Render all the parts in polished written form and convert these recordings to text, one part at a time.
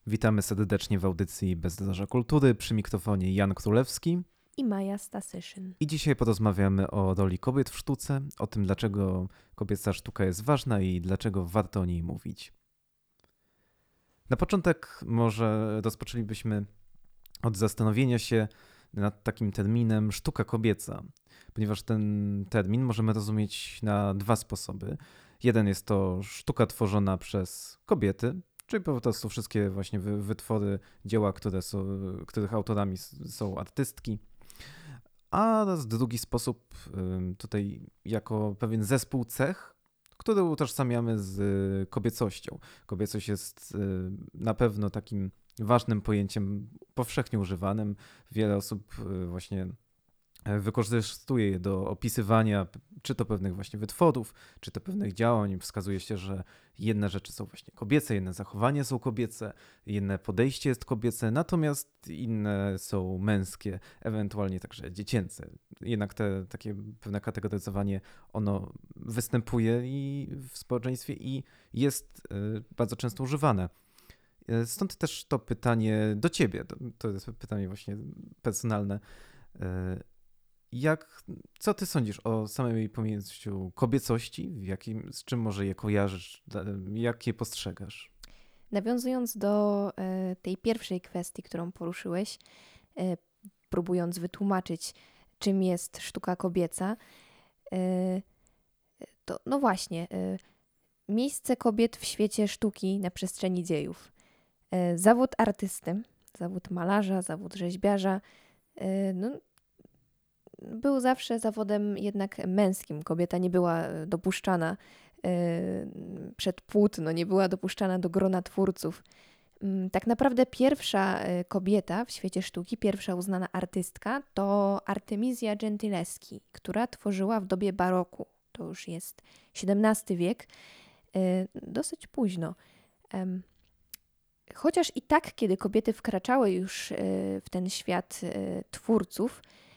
Witamy serdecznie w audycji Bezdroża Kultury przy mikrofonie Jan Królewski I Maja Stasyszyn. i dzisiaj porozmawiamy o roli kobiet w sztuce, o tym dlaczego kobieca sztuka jest ważna i dlaczego warto o niej mówić. Na początek może rozpoczęlibyśmy od zastanowienia się nad takim terminem sztuka kobieca, ponieważ ten termin możemy rozumieć na dwa sposoby. Jeden jest to sztuka tworzona przez kobiety, czyli po prostu wszystkie właśnie wytwory, dzieła, których autorami są artystki. A drugi sposób tutaj jako pewien zespół cech, który utożsamiamy z kobiecością. Kobiecość jest na pewno takim ważnym pojęciem, powszechnie używanym. Wiele osób właśnie wykorzystuje je do opisywania czy to pewnych właśnie wytworów, czy to pewnych działań. Wskazuje się, że jedne rzeczy są właśnie kobiece, inne zachowania są kobiece, inne podejście jest kobiece, natomiast inne są męskie, ewentualnie także dziecięce. Jednak takie pewne kategoryzowanie ono występuje i w społeczeństwie i jest bardzo często używane. Stąd też to pytanie do ciebie, to jest pytanie właśnie personalne. Co ty sądzisz o samej pojęciu kobiecości? Z czym może je kojarzysz? Jak je postrzegasz? Nawiązując do tej pierwszej kwestii, którą poruszyłeś, próbując wytłumaczyć, czym jest sztuka kobieca, to no właśnie, miejsce kobiet w świecie sztuki na przestrzeni dziejów. Zawód artysty, zawód malarza, zawód rzeźbiarza, no, był zawsze zawodem jednak męskim. Kobieta nie była dopuszczana przed płótno, nie była dopuszczana do grona twórców. Tak naprawdę pierwsza kobieta w świecie sztuki, pierwsza uznana artystka to Artemisia Gentileschi, która tworzyła w dobie baroku. To już jest XVII wiek, dosyć późno. Chociaż i tak, kiedy kobiety wkraczały już w ten świat twórców,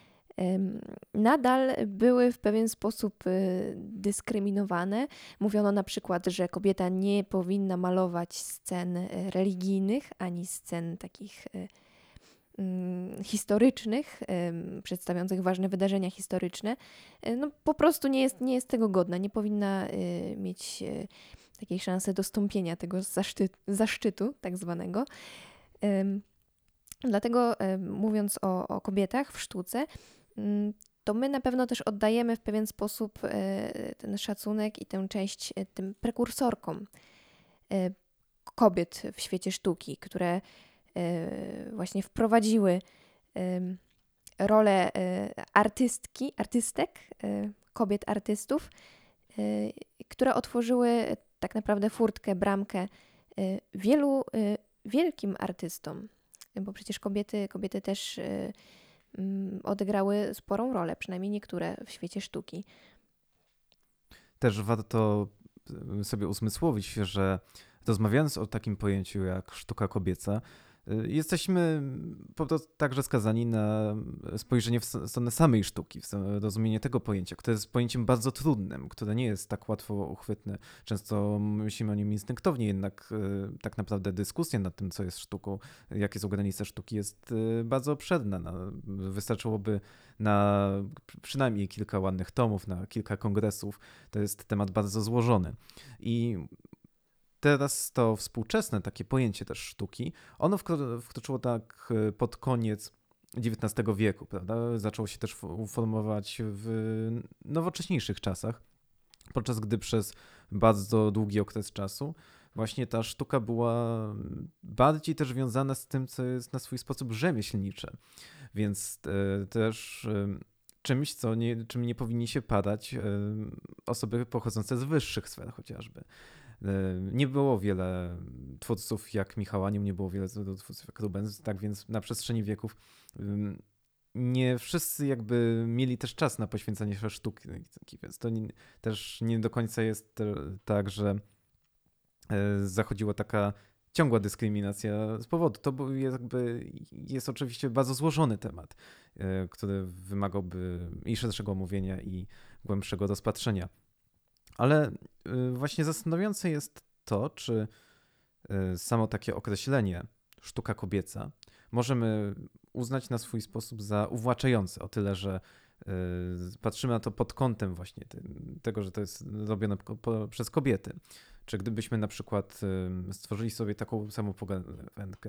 nadal były w pewien sposób dyskryminowane. Mówiono na przykład, że kobieta nie powinna malować scen religijnych, ani scen takich historycznych, przedstawiających ważne wydarzenia historyczne. No, po prostu nie jest tego godna, nie powinna mieć takiej szansy dostąpienia tego zaszczytu tak zwanego. Dlatego mówiąc o kobietach w sztuce, to my na pewno też oddajemy w pewien sposób ten szacunek i tę część tym prekursorkom kobiet w świecie sztuki, które właśnie wprowadziły rolę artystek, kobiet artystów, które otworzyły tak naprawdę furtkę, bramkę wielu wielkim artystom, bo przecież kobiety też odegrały sporą rolę, przynajmniej niektóre w świecie sztuki. Też warto sobie uzmysłowić, że rozmawiając o takim pojęciu jak sztuka kobieca, jesteśmy po prostu także skazani na spojrzenie w stronę samej sztuki, w rozumienie tego pojęcia, które jest pojęciem bardzo trudnym, które nie jest tak łatwo uchwytne. Często myślimy o nim instynktownie, jednak tak naprawdę dyskusja nad tym, co jest sztuką, jakie są granice sztuki, jest bardzo obszerna. Wystarczyłoby na przynajmniej kilka ładnych tomów, na kilka kongresów. To jest temat bardzo złożony. I teraz to współczesne takie pojęcie też sztuki, ono wkroczyło tak pod koniec XIX wieku, prawda? Zaczęło się też formować w nowocześniejszych czasach, podczas gdy przez bardzo długi okres czasu właśnie ta sztuka była bardziej też wiązana z tym, co jest na swój sposób rzemieślnicze, więc też czymś, czym nie powinni się padać osoby pochodzące z wyższych sfer chociażby. Nie było wiele twórców jak Michał Anioł, nie było wiele twórców jak Rubens, tak więc na przestrzeni wieków nie wszyscy jakby mieli też czas na poświęcanie się sztuki, więc to też nie do końca jest tak, że zachodziła taka ciągła dyskryminacja z powodu. To jest oczywiście bardzo złożony temat, który wymagałby i szerszego omówienia, i głębszego rozpatrzenia. Ale właśnie zastanawiające jest to, czy samo takie określenie sztuka kobieca możemy uznać na swój sposób za uwłaczające, o tyle, że patrzymy na to pod kątem właśnie tego, że to jest robione przez kobiety. Czy gdybyśmy na przykład stworzyli sobie taką samą pogawędkę,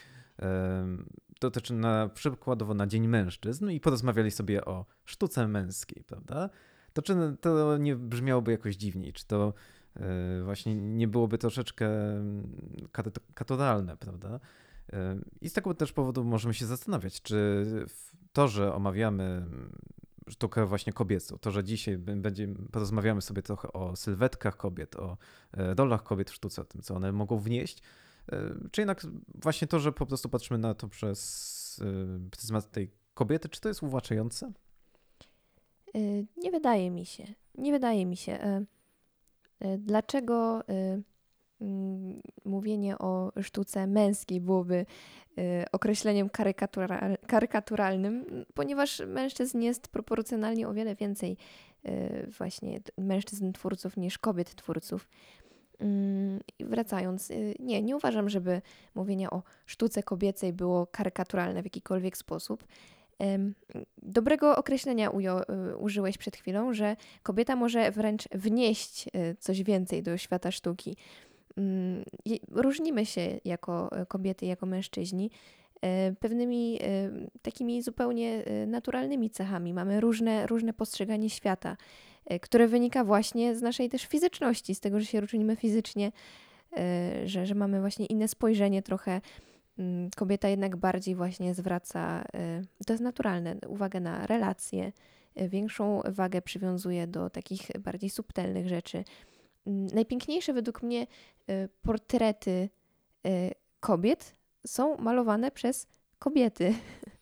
to też przykładowo na Dzień Mężczyzn i porozmawiali sobie o sztuce męskiej, prawda? To czy to nie brzmiałoby jakoś dziwniej? Czy to właśnie nie byłoby troszeczkę karykaturalne, prawda? I z tego też powodu możemy się zastanawiać, czy to, że omawiamy sztukę właśnie kobiecą, to, że dzisiaj porozmawiamy sobie trochę o sylwetkach kobiet, o rolach kobiet w sztuce, o tym, co one mogą wnieść, czy jednak właśnie to, że po prostu patrzymy na to przez pryzmat tej kobiety, czy to jest uwłaczające? Nie wydaje mi się. Nie wydaje mi się. Dlaczego mówienie o sztuce męskiej byłoby określeniem karykaturalnym? Ponieważ mężczyzn jest proporcjonalnie o wiele więcej właśnie mężczyzn twórców niż kobiet twórców. Wracając, nie uważam, żeby mówienie o sztuce kobiecej było karykaturalne w jakikolwiek sposób. Dobrego określenia użyłeś przed chwilą, że kobieta może wręcz wnieść coś więcej do świata sztuki. Różnimy się jako kobiety, jako mężczyźni pewnymi takimi zupełnie naturalnymi cechami. Mamy różne postrzeganie świata, które wynika właśnie z naszej też fizyczności, z tego, że się różnimy fizycznie, że mamy właśnie inne spojrzenie trochę. Kobieta jednak bardziej właśnie zwraca, to jest naturalne, uwagę na relacje, większą wagę przywiązuje do takich bardziej subtelnych rzeczy. Najpiękniejsze według mnie portrety kobiet są malowane przez kobiety.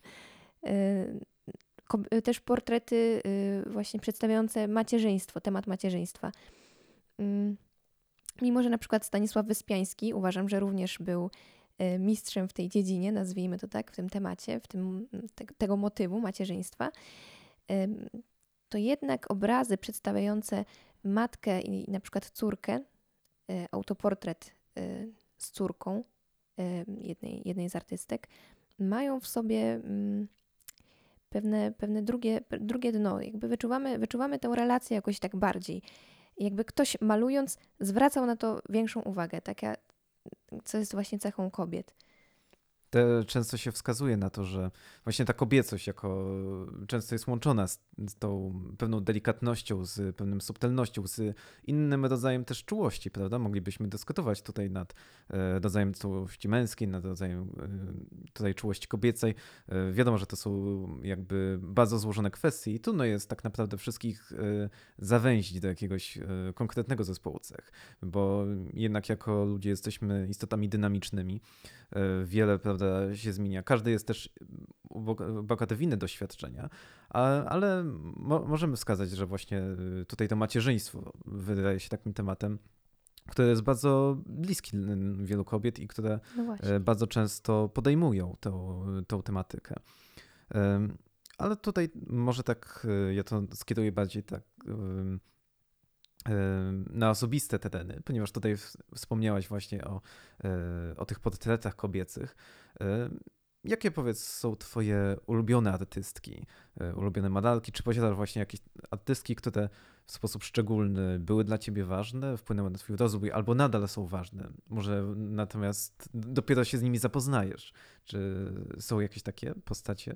Też portrety właśnie przedstawiające macierzyństwo, temat macierzyństwa. Mimo że na przykład Stanisław Wyspiański uważam, że również był mistrzem w tej dziedzinie, nazwijmy to tak, w tym temacie, tego motywu macierzyństwa, to jednak obrazy przedstawiające matkę i na przykład córkę, autoportret z córką jednej z artystek, mają w sobie pewne drugie dno. Jakby wyczuwamy tę relację jakoś tak bardziej. Jakby ktoś malując zwracał na to większą uwagę, co jest właśnie cechą kobiet. Często się wskazuje na to, że właśnie ta kobiecość często jest łączona z tą pewną delikatnością, z pewną subtelnością, z innym rodzajem też czułości, prawda? Moglibyśmy dyskutować tutaj nad rodzajem czułości męskiej, nad rodzajem tutaj czułości kobiecej. Wiadomo, że to są jakby bardzo złożone kwestie i trudno jest tak naprawdę wszystkich zawęzić do jakiegoś konkretnego zespołu cech, bo jednak jako ludzie jesteśmy istotami dynamicznymi. Wiele, prawda, się zmienia. Każdy jest też bogaty w inne doświadczenia, ale możemy wskazać, że właśnie tutaj to macierzyństwo wydaje się takim tematem, które jest bardzo bliskie wielu kobiet i które bardzo często podejmują tą tematykę. Ale tutaj może tak, ja to skieruję bardziej tak na osobiste tereny, ponieważ tutaj wspomniałaś właśnie o tych portretach kobiecych. Jakie, powiedz, są twoje ulubione artystki, ulubione modelki? Czy posiadasz właśnie jakieś artystki, które w sposób szczególny były dla ciebie ważne, wpłynęły na twój rozwój, albo nadal są ważne? Może natomiast dopiero się z nimi zapoznajesz. Czy są jakieś takie postacie?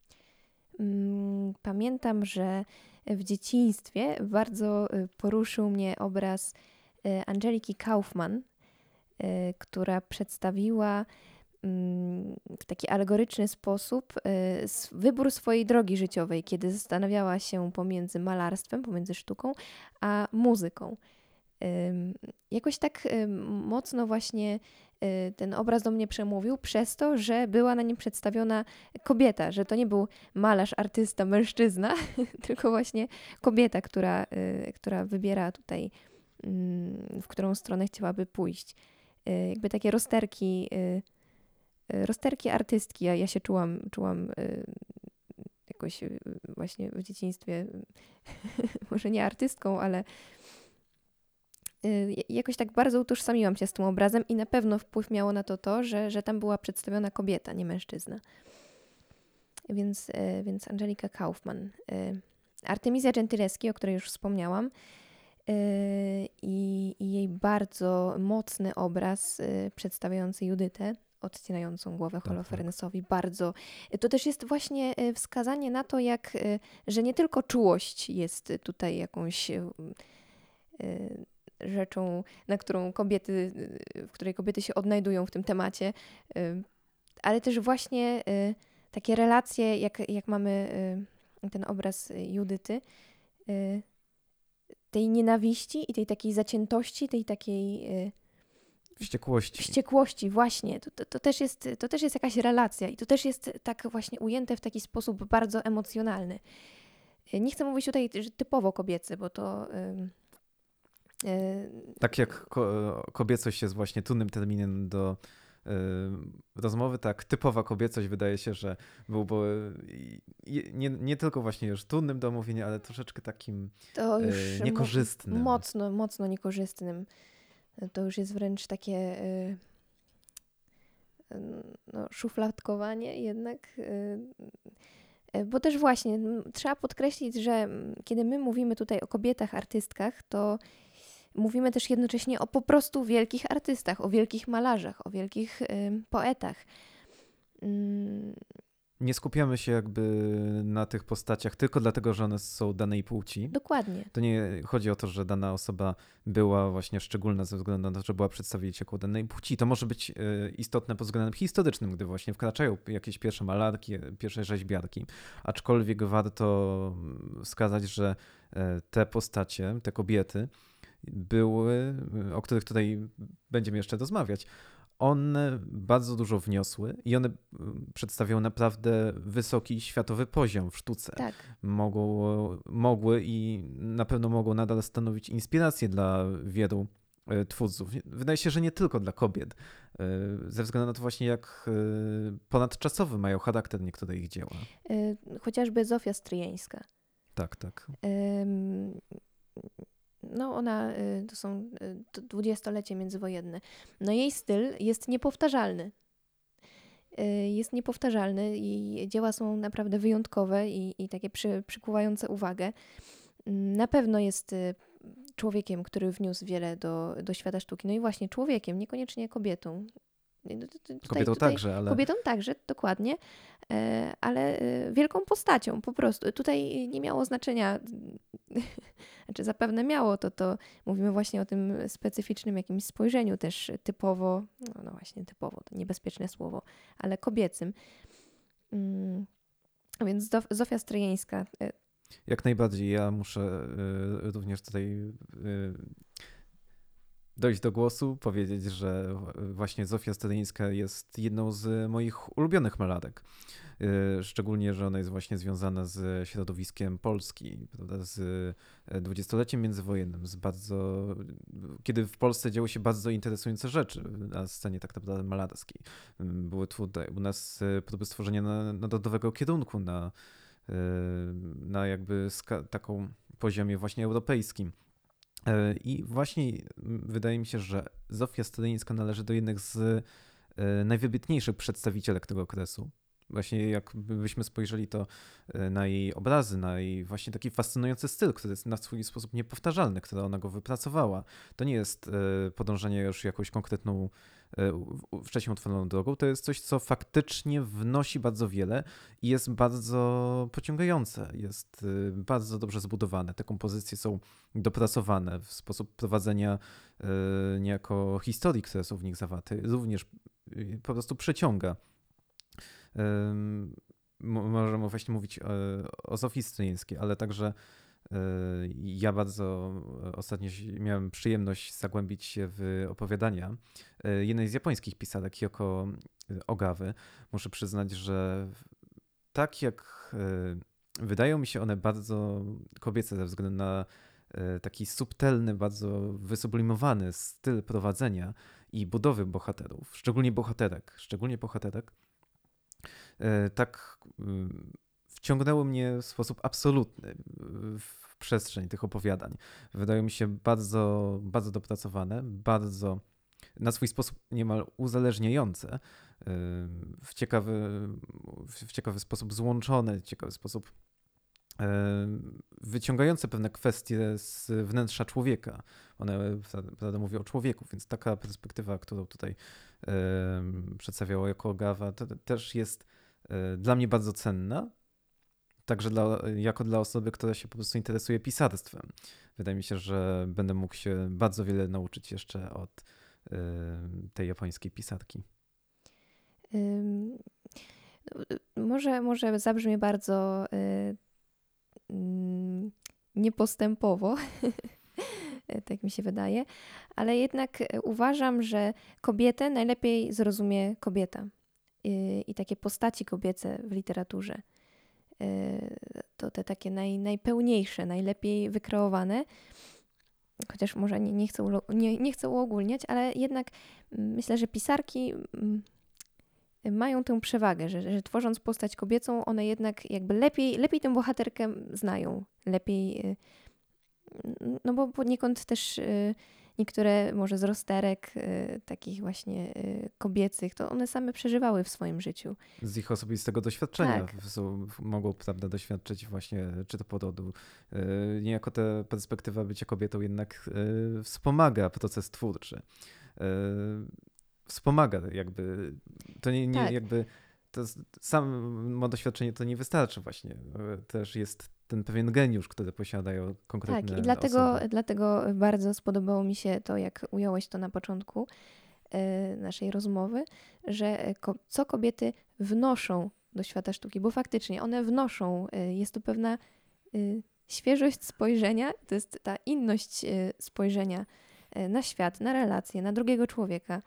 Pamiętam, że w dzieciństwie bardzo poruszył mnie obraz Angeliki Kaufman, która przedstawiła w taki alegoryczny sposób wybór swojej drogi życiowej, kiedy zastanawiała się pomiędzy malarstwem, pomiędzy sztuką, a muzyką. Jakoś tak mocno właśnie ten obraz do mnie przemówił przez to, że była na nim przedstawiona kobieta, że to nie był malarz, artysta, mężczyzna, tylko właśnie kobieta, która wybiera tutaj, w którą stronę chciałaby pójść. Jakby takie rozterki artystki. Ja się czułam jakoś właśnie w dzieciństwie, może nie artystką, ale jakoś tak bardzo utożsamiłam się z tym obrazem i na pewno wpływ miało na to, że tam była przedstawiona kobieta, nie mężczyzna. Więc Angelika Kaufman. Artemisia Gentileschi, o której już wspomniałam, i jej bardzo mocny obraz przedstawiający Judytę, odcinającą głowę Holofernesowi. Bardzo. To też jest właśnie wskazanie na to, że nie tylko czułość jest tutaj jakąś rzeczą, w której kobiety się odnajdują w tym temacie, ale też właśnie takie relacje, jak mamy ten obraz Judyty, tej nienawiści i tej takiej zaciętości, tej takiej wściekłości, właśnie. To też jest jakaś relacja i to też jest tak właśnie ujęte w taki sposób bardzo emocjonalny. Nie chcę mówić tutaj że typowo kobiecy, bo to... Tak jak kobiecość jest właśnie trudnym terminem do rozmowy, tak typowa kobiecość wydaje się, że byłby nie tylko właśnie już trudnym do omówienia, ale troszeczkę takim to już niekorzystnym. Mocno niekorzystnym. To już jest wręcz takie szufladkowanie jednak. Bo też właśnie trzeba podkreślić, że kiedy my mówimy tutaj o kobietach artystkach, to mówimy też jednocześnie o po prostu wielkich artystach, o wielkich malarzach, o wielkich poetach. Nie skupiamy się jakby na tych postaciach tylko dlatego, że one są danej płci. Dokładnie. To nie chodzi o to, że dana osoba była właśnie szczególna ze względu na to, że była przedstawicielką danej płci. To może być istotne pod względem historycznym, gdy właśnie wkraczają jakieś pierwsze malarki, pierwsze rzeźbiarki. Aczkolwiek warto wskazać, że te postacie, te kobiety były, o których tutaj będziemy jeszcze rozmawiać, one bardzo dużo wniosły i one przedstawiają naprawdę wysoki światowy poziom w sztuce. Tak. Mogły i na pewno mogą nadal stanowić inspirację dla wielu twórców. Wydaje się, że nie tylko dla kobiet, ze względu na to właśnie, jak ponadczasowy mają charakter niektóre ich dzieła. Chociażby Zofia Stryjeńska. Tak, tak. No ona, to są dwudziestolecie międzywojenne. No jej styl jest niepowtarzalny. Jest niepowtarzalny i dzieła są naprawdę wyjątkowe i takie przykuwające uwagę. Na pewno jest człowiekiem, który wniósł wiele do świata sztuki. No i właśnie człowiekiem, niekoniecznie kobietą. Kobietą także, ale... Kobietą także, dokładnie, ale wielką postacią po prostu. Tutaj nie miało znaczenia, znaczy zapewne miało to mówimy właśnie o tym specyficznym jakimś spojrzeniu też typowo, no właśnie typowo, to niebezpieczne słowo, ale kobiecym. Więc Zofia Stryjeńska. Jak najbardziej. Ja muszę również tutaj dojść do głosu, powiedzieć, że właśnie Zofia Stryjeńska jest jedną z moich ulubionych malarek. Szczególnie, że ona jest właśnie związana z środowiskiem Polski, prawda, z dwudziestoleciem międzywojennym, kiedy w Polsce działy się bardzo interesujące rzeczy na scenie tak naprawdę malarskiej. Były tutaj u nas próby stworzenia narodowego kierunku na jakby taką poziomie właśnie europejskim. I właśnie wydaje mi się, że Zofia Stryjeńska należy do jednych z najwybitniejszych przedstawicielek tego okresu. Właśnie jakbyśmy spojrzeli to na jej obrazy, na jej właśnie taki fascynujący styl, który jest na swój sposób niepowtarzalny, który ona go wypracowała. To nie jest podążanie już jakąś konkretną, wcześniej utworzoną drogą, to jest coś, co faktycznie wnosi bardzo wiele i jest bardzo pociągające, jest bardzo dobrze zbudowane. Te kompozycje są dopracowane w sposób prowadzenia niejako historii, które są w nich zawarte. Również po prostu przyciąga. Możemy właśnie mówić o Zofii Stryjeńskiej, ale także ja bardzo ostatnio miałem przyjemność zagłębić się w opowiadania jednej z japońskich pisarek, Yoko Ogawy. Muszę przyznać, że tak jak wydają mi się one bardzo kobiece ze względu na taki subtelny, bardzo wysublimowany styl prowadzenia i budowy bohaterów, szczególnie bohaterek, tak wciągnęło mnie w sposób absolutny. przestrzeń tych opowiadań. Wydają mi się bardzo, bardzo dopracowane, bardzo na swój sposób niemal uzależniające, w ciekawy sposób złączone, w ciekawy sposób wyciągające pewne kwestie z wnętrza człowieka. One, prawda, mówią o człowieku, więc taka perspektywa, którą tutaj przedstawiała jako Ogawa, to też jest dla mnie bardzo cenna. Także jako dla osoby, która się po prostu interesuje pisarstwem. Wydaje mi się, że będę mógł się bardzo wiele nauczyć jeszcze od tej japońskiej pisarki. Może zabrzmi bardzo niepostępowo, tak mi się wydaje, ale jednak uważam, że kobietę najlepiej zrozumie kobieta i takie postaci kobiece w literaturze. To te takie najpełniejsze, najlepiej wykreowane, chociaż może nie chcę uogólniać, ale jednak myślę, że pisarki mają tę przewagę, że tworząc postać kobiecą, one jednak jakby lepiej tę bohaterkę znają, lepiej, no bo poniekąd też niektóre może z rozterek takich właśnie kobiecych, to one same przeżywały w swoim życiu. Z ich osobistego doświadczenia Tak. mogą, prawda, doświadczyć właśnie czy to porodu. Niejako ta perspektywa bycia kobietą jednak wspomaga proces twórczy. Wspomaga jakby, to nie Tak. jakby, to samo doświadczenie to nie wystarczy właśnie. Też jest ten pewien geniusz, który posiadają konkretne Tak, i osoby. dlatego bardzo spodobało mi się to, jak ująłeś to na początku naszej rozmowy, że co kobiety wnoszą do świata sztuki, bo faktycznie one wnoszą, jest to pewna świeżość spojrzenia, to jest ta inność spojrzenia na świat, na relacje, na drugiego człowieka.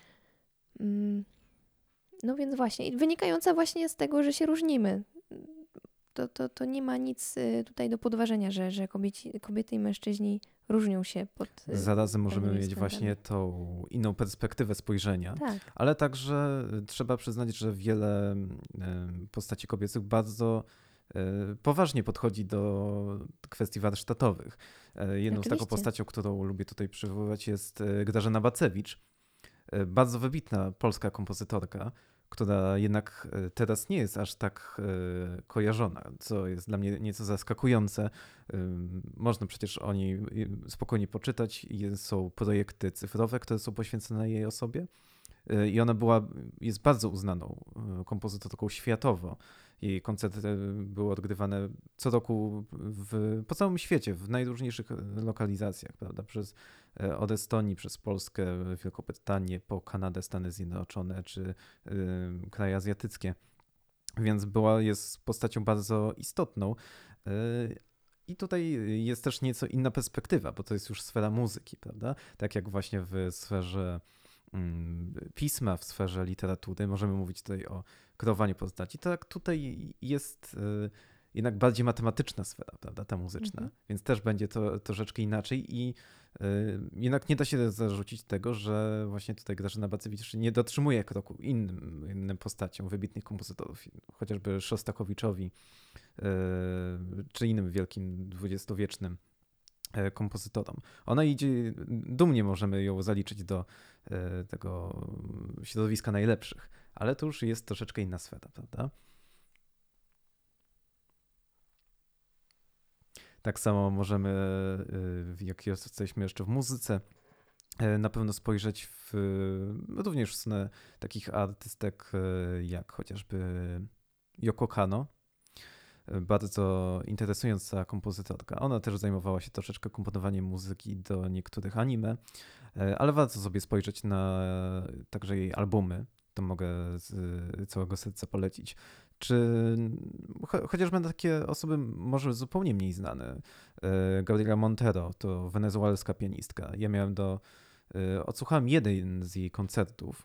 No więc właśnie, wynikająca właśnie z tego, że się różnimy. To nie ma nic tutaj do podważenia, że kobiety i mężczyźni różnią się pod Zarazem możemy pewnymi mieć względami. właśnie tą inną perspektywę spojrzenia, Tak, ale także trzeba przyznać, że wiele postaci kobiecych bardzo poważnie podchodzi do kwestii warsztatowych. Jedną z taką oczywiście. postacią, którą lubię tutaj przywoływać, jest Grażyna Bacewicz, bardzo wybitna polska kompozytorka, która jednak teraz nie jest aż tak kojarzona, co jest dla mnie nieco zaskakujące. Można przecież o niej spokojnie poczytać. Są projekty cyfrowe, które są poświęcone jej osobie. I ona jest bardzo uznaną kompozytorką światowo. Jej koncerty były odgrywane co roku po całym świecie, w najróżniejszych lokalizacjach, prawda? Od Estonii, przez Polskę, Wielką Brytanię, po Kanadę, Stany Zjednoczone czy kraje azjatyckie. Więc jest postacią bardzo istotną. I tutaj jest też nieco inna perspektywa, bo to jest już sfera muzyki, prawda? Tak jak właśnie w sferze pisma, w sferze literatury, możemy mówić tutaj o kreowaniu postaci, tak tutaj jest jednak bardziej matematyczna sfera, prawda, ta muzyczna, więc też będzie to troszeczkę inaczej i jednak nie da się zarzucić tego, że właśnie tutaj Grażyna Bacewicz nie dotrzymuje kroku innym postaciom wybitnych kompozytorów, chociażby Szostakowiczowi czy innym wielkim dwudziestowiecznym kompozytorom. Ona idzie, dumnie możemy ją zaliczyć do tego środowiska najlepszych, ale to już jest troszeczkę inna sfera, prawda? Tak samo możemy, jak jesteśmy jeszcze w muzyce, na pewno spojrzeć również w stronę takich artystek jak chociażby Yoko Kanno, bardzo interesująca kompozytorka. Ona też zajmowała się troszeczkę komponowaniem muzyki do niektórych anime, ale warto sobie spojrzeć na także jej albumy. To mogę z całego serca polecić. Czy chociażby takie osoby może zupełnie mniej znane. Gabriela Montero to wenezuelska pianistka. Odsłuchałem jeden z jej koncertów,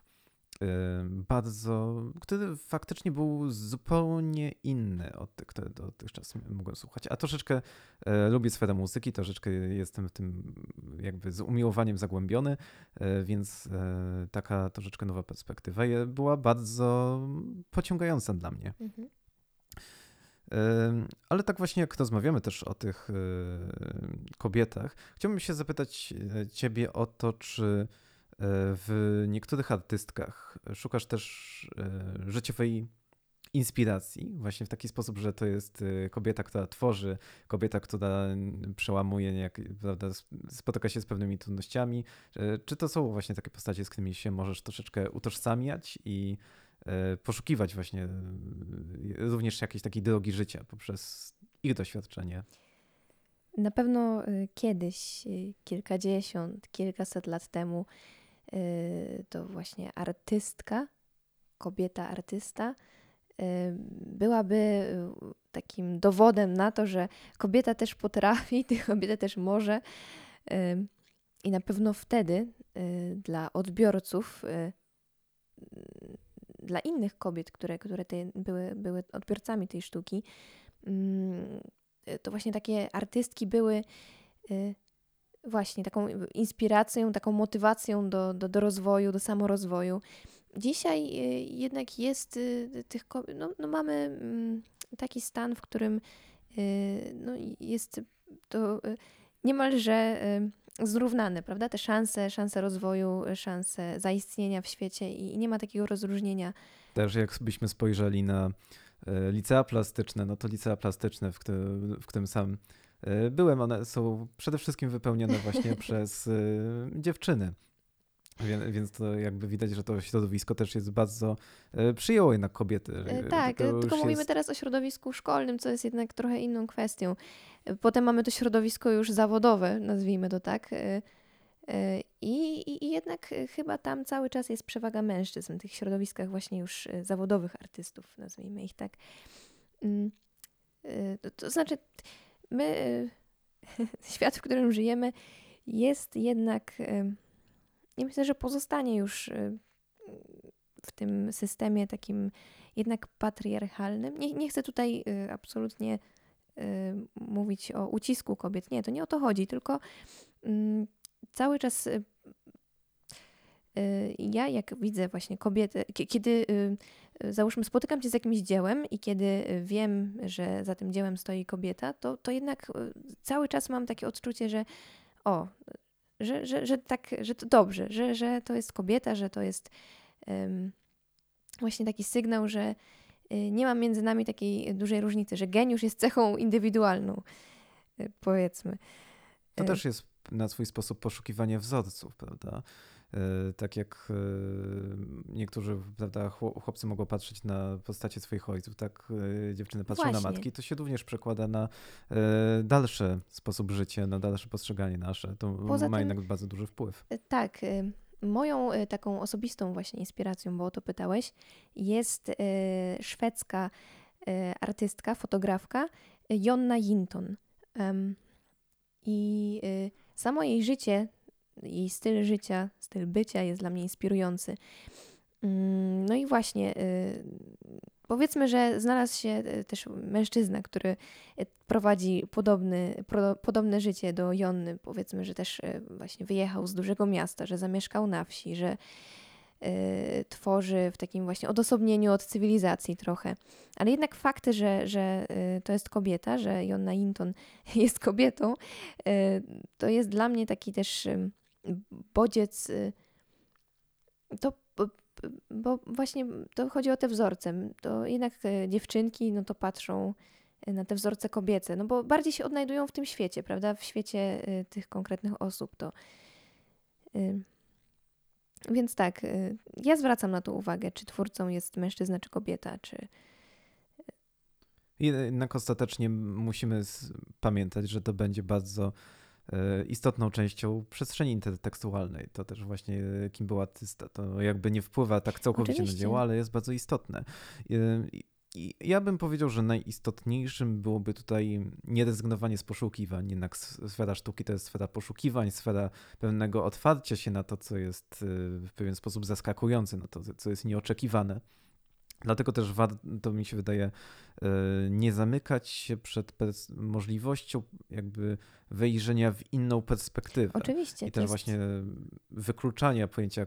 który faktycznie był zupełnie inny od tych, które dotychczas mogłem słuchać. A troszeczkę lubię sferę muzyki, troszeczkę jestem w tym jakby z umiłowaniem zagłębiony, więc taka troszeczkę nowa perspektywa była bardzo pociągająca dla mnie. Ale tak właśnie jak rozmawiamy też o tych kobietach, chciałbym się zapytać ciebie o to, czy w niektórych artystkach szukasz też życiowej inspiracji, właśnie w taki sposób, że to jest kobieta, która tworzy, kobieta, która przełamuje, prawda, spotyka się z pewnymi trudnościami. Czy to są właśnie takie postacie, z którymi się możesz troszeczkę utożsamiać i poszukiwać właśnie również jakiejś takiej drogi życia poprzez ich doświadczenie? Na pewno kiedyś, kilkadziesiąt, kilkaset lat temu, to właśnie artystka, kobieta artysta, byłaby takim dowodem na to, że kobieta też potrafi, kobieta też może. I na pewno wtedy dla odbiorców, dla innych kobiet, które były odbiorcami tej sztuki, to właśnie takie artystki były właśnie taką inspiracją, taką motywacją do rozwoju, do samorozwoju. Dzisiaj jednak jest tych kobiet, no mamy taki stan, w którym no jest to niemalże zrównane, prawda? Te szanse rozwoju, szanse zaistnienia w świecie i nie ma takiego rozróżnienia. Też jakbyśmy spojrzeli na licea plastyczne, no to licea plastyczne, w którym sam byłem, one są przede wszystkim wypełnione właśnie przez dziewczyny. Więc to jakby widać, że to środowisko też jest bardzo przyjęło jednak kobiety. Tak, tylko mówimy teraz o środowisku szkolnym, co jest jednak trochę inną kwestią. Potem mamy to środowisko już zawodowe, nazwijmy to tak. I jednak chyba tam cały czas jest przewaga mężczyzn w tych środowiskach właśnie już zawodowych artystów, nazwijmy ich tak. To znaczy, my, świat, w którym żyjemy, jest jednak, ja myślę, że pozostanie już w tym systemie takim jednak patriarchalnym. Nie chcę tutaj absolutnie mówić o ucisku kobiet. Nie, to nie o to chodzi, tylko cały czas ja jak widzę właśnie kobietę, kiedy załóżmy spotykam się z jakimś dziełem i kiedy wiem, że za tym dziełem stoi kobieta, to jednak cały czas mam takie odczucie, że że to dobrze, że to jest kobieta, że to jest właśnie taki sygnał, że nie ma między nami takiej dużej różnicy, że geniusz jest cechą indywidualną, powiedzmy. To też jest na swój sposób poszukiwanie wzorców, prawda? Tak jak niektórzy, prawda, chłopcy mogą patrzeć na postacie swoich ojców, tak dziewczyny patrzą Właśnie. na matki, to się również przekłada na dalszy sposób życia, na dalsze postrzeganie nasze. To ma jednak bardzo duży wpływ. Tak. Moją taką osobistą właśnie inspiracją, bo o to pytałeś, jest szwedzka artystka, fotografka Jonna Jinton. I samo jej życie, jej styl życia, styl bycia jest dla mnie inspirujący. No i właśnie, powiedzmy, że znalazł się też mężczyzna, który prowadzi podobne życie do Jonny. Powiedzmy, że też właśnie wyjechał z dużego miasta, że zamieszkał na wsi, że tworzy w takim właśnie odosobnieniu od cywilizacji trochę. Ale jednak fakt, że to jest kobieta, że Jonna Jinton jest kobietą, to jest dla mnie taki też bodziec, bo właśnie to chodzi o te wzorce. To jednak dziewczynki no to patrzą na te wzorce kobiece, no bo bardziej się odnajdują w tym świecie, prawda? W świecie tych konkretnych osób. Więc tak, ja zwracam na to uwagę, czy twórcą jest mężczyzna, czy kobieta, czy... Jednak ostatecznie musimy pamiętać, że to będzie bardzo istotną częścią przestrzeni intertekstualnej. To też właśnie kim był artysta. To jakby nie wpływa tak całkowicie na dzieło, ale jest bardzo istotne. I ja bym powiedział, że najistotniejszym byłoby tutaj nierezygnowanie z poszukiwań. Jednak sfera sztuki to jest sfera poszukiwań, sfera pewnego otwarcia się na to, co jest w pewien sposób zaskakujące, na to, co jest nieoczekiwane. Dlatego też warto, mi się wydaje, nie zamykać się przed możliwością jakby wejrzenia w inną perspektywę. Oczywiście. I też właśnie wykluczania pojęcia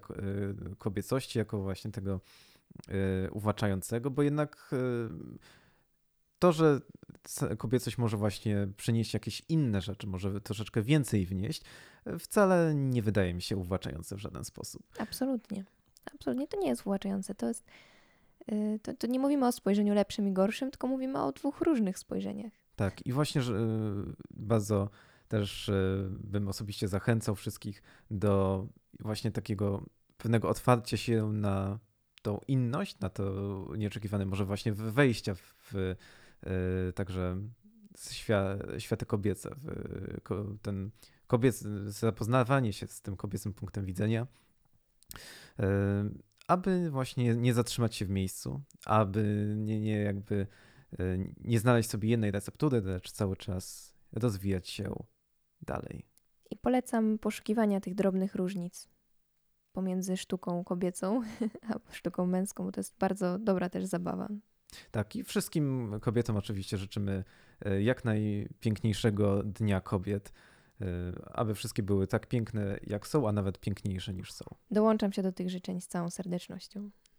kobiecości jako właśnie tego uwłaczającego, bo jednak to, że kobiecość może właśnie przynieść jakieś inne rzeczy, może troszeczkę więcej wnieść, wcale nie wydaje mi się uwłaczające w żaden sposób. Absolutnie. Absolutnie to nie jest uwłaczające. To nie mówimy o spojrzeniu lepszym i gorszym, tylko mówimy o dwóch różnych spojrzeniach. Tak, i właśnie że bardzo też bym osobiście zachęcał wszystkich do właśnie takiego pewnego otwarcia się na tą inność, na to nieoczekiwane może właśnie wejścia w także światy kobiece, ten zapoznawanie się z tym kobiecym punktem widzenia, aby właśnie nie zatrzymać się w miejscu, aby nie znaleźć sobie jednej receptury, lecz cały czas rozwijać się dalej. I polecam poszukiwania tych drobnych różnic pomiędzy sztuką kobiecą a sztuką męską, bo to jest bardzo dobra też zabawa. Tak, i wszystkim kobietom oczywiście życzymy jak najpiękniejszego Dnia Kobiet, aby wszystkie były tak piękne jak są, a nawet piękniejsze niż są. Dołączam się do tych życzeń z całą serdecznością.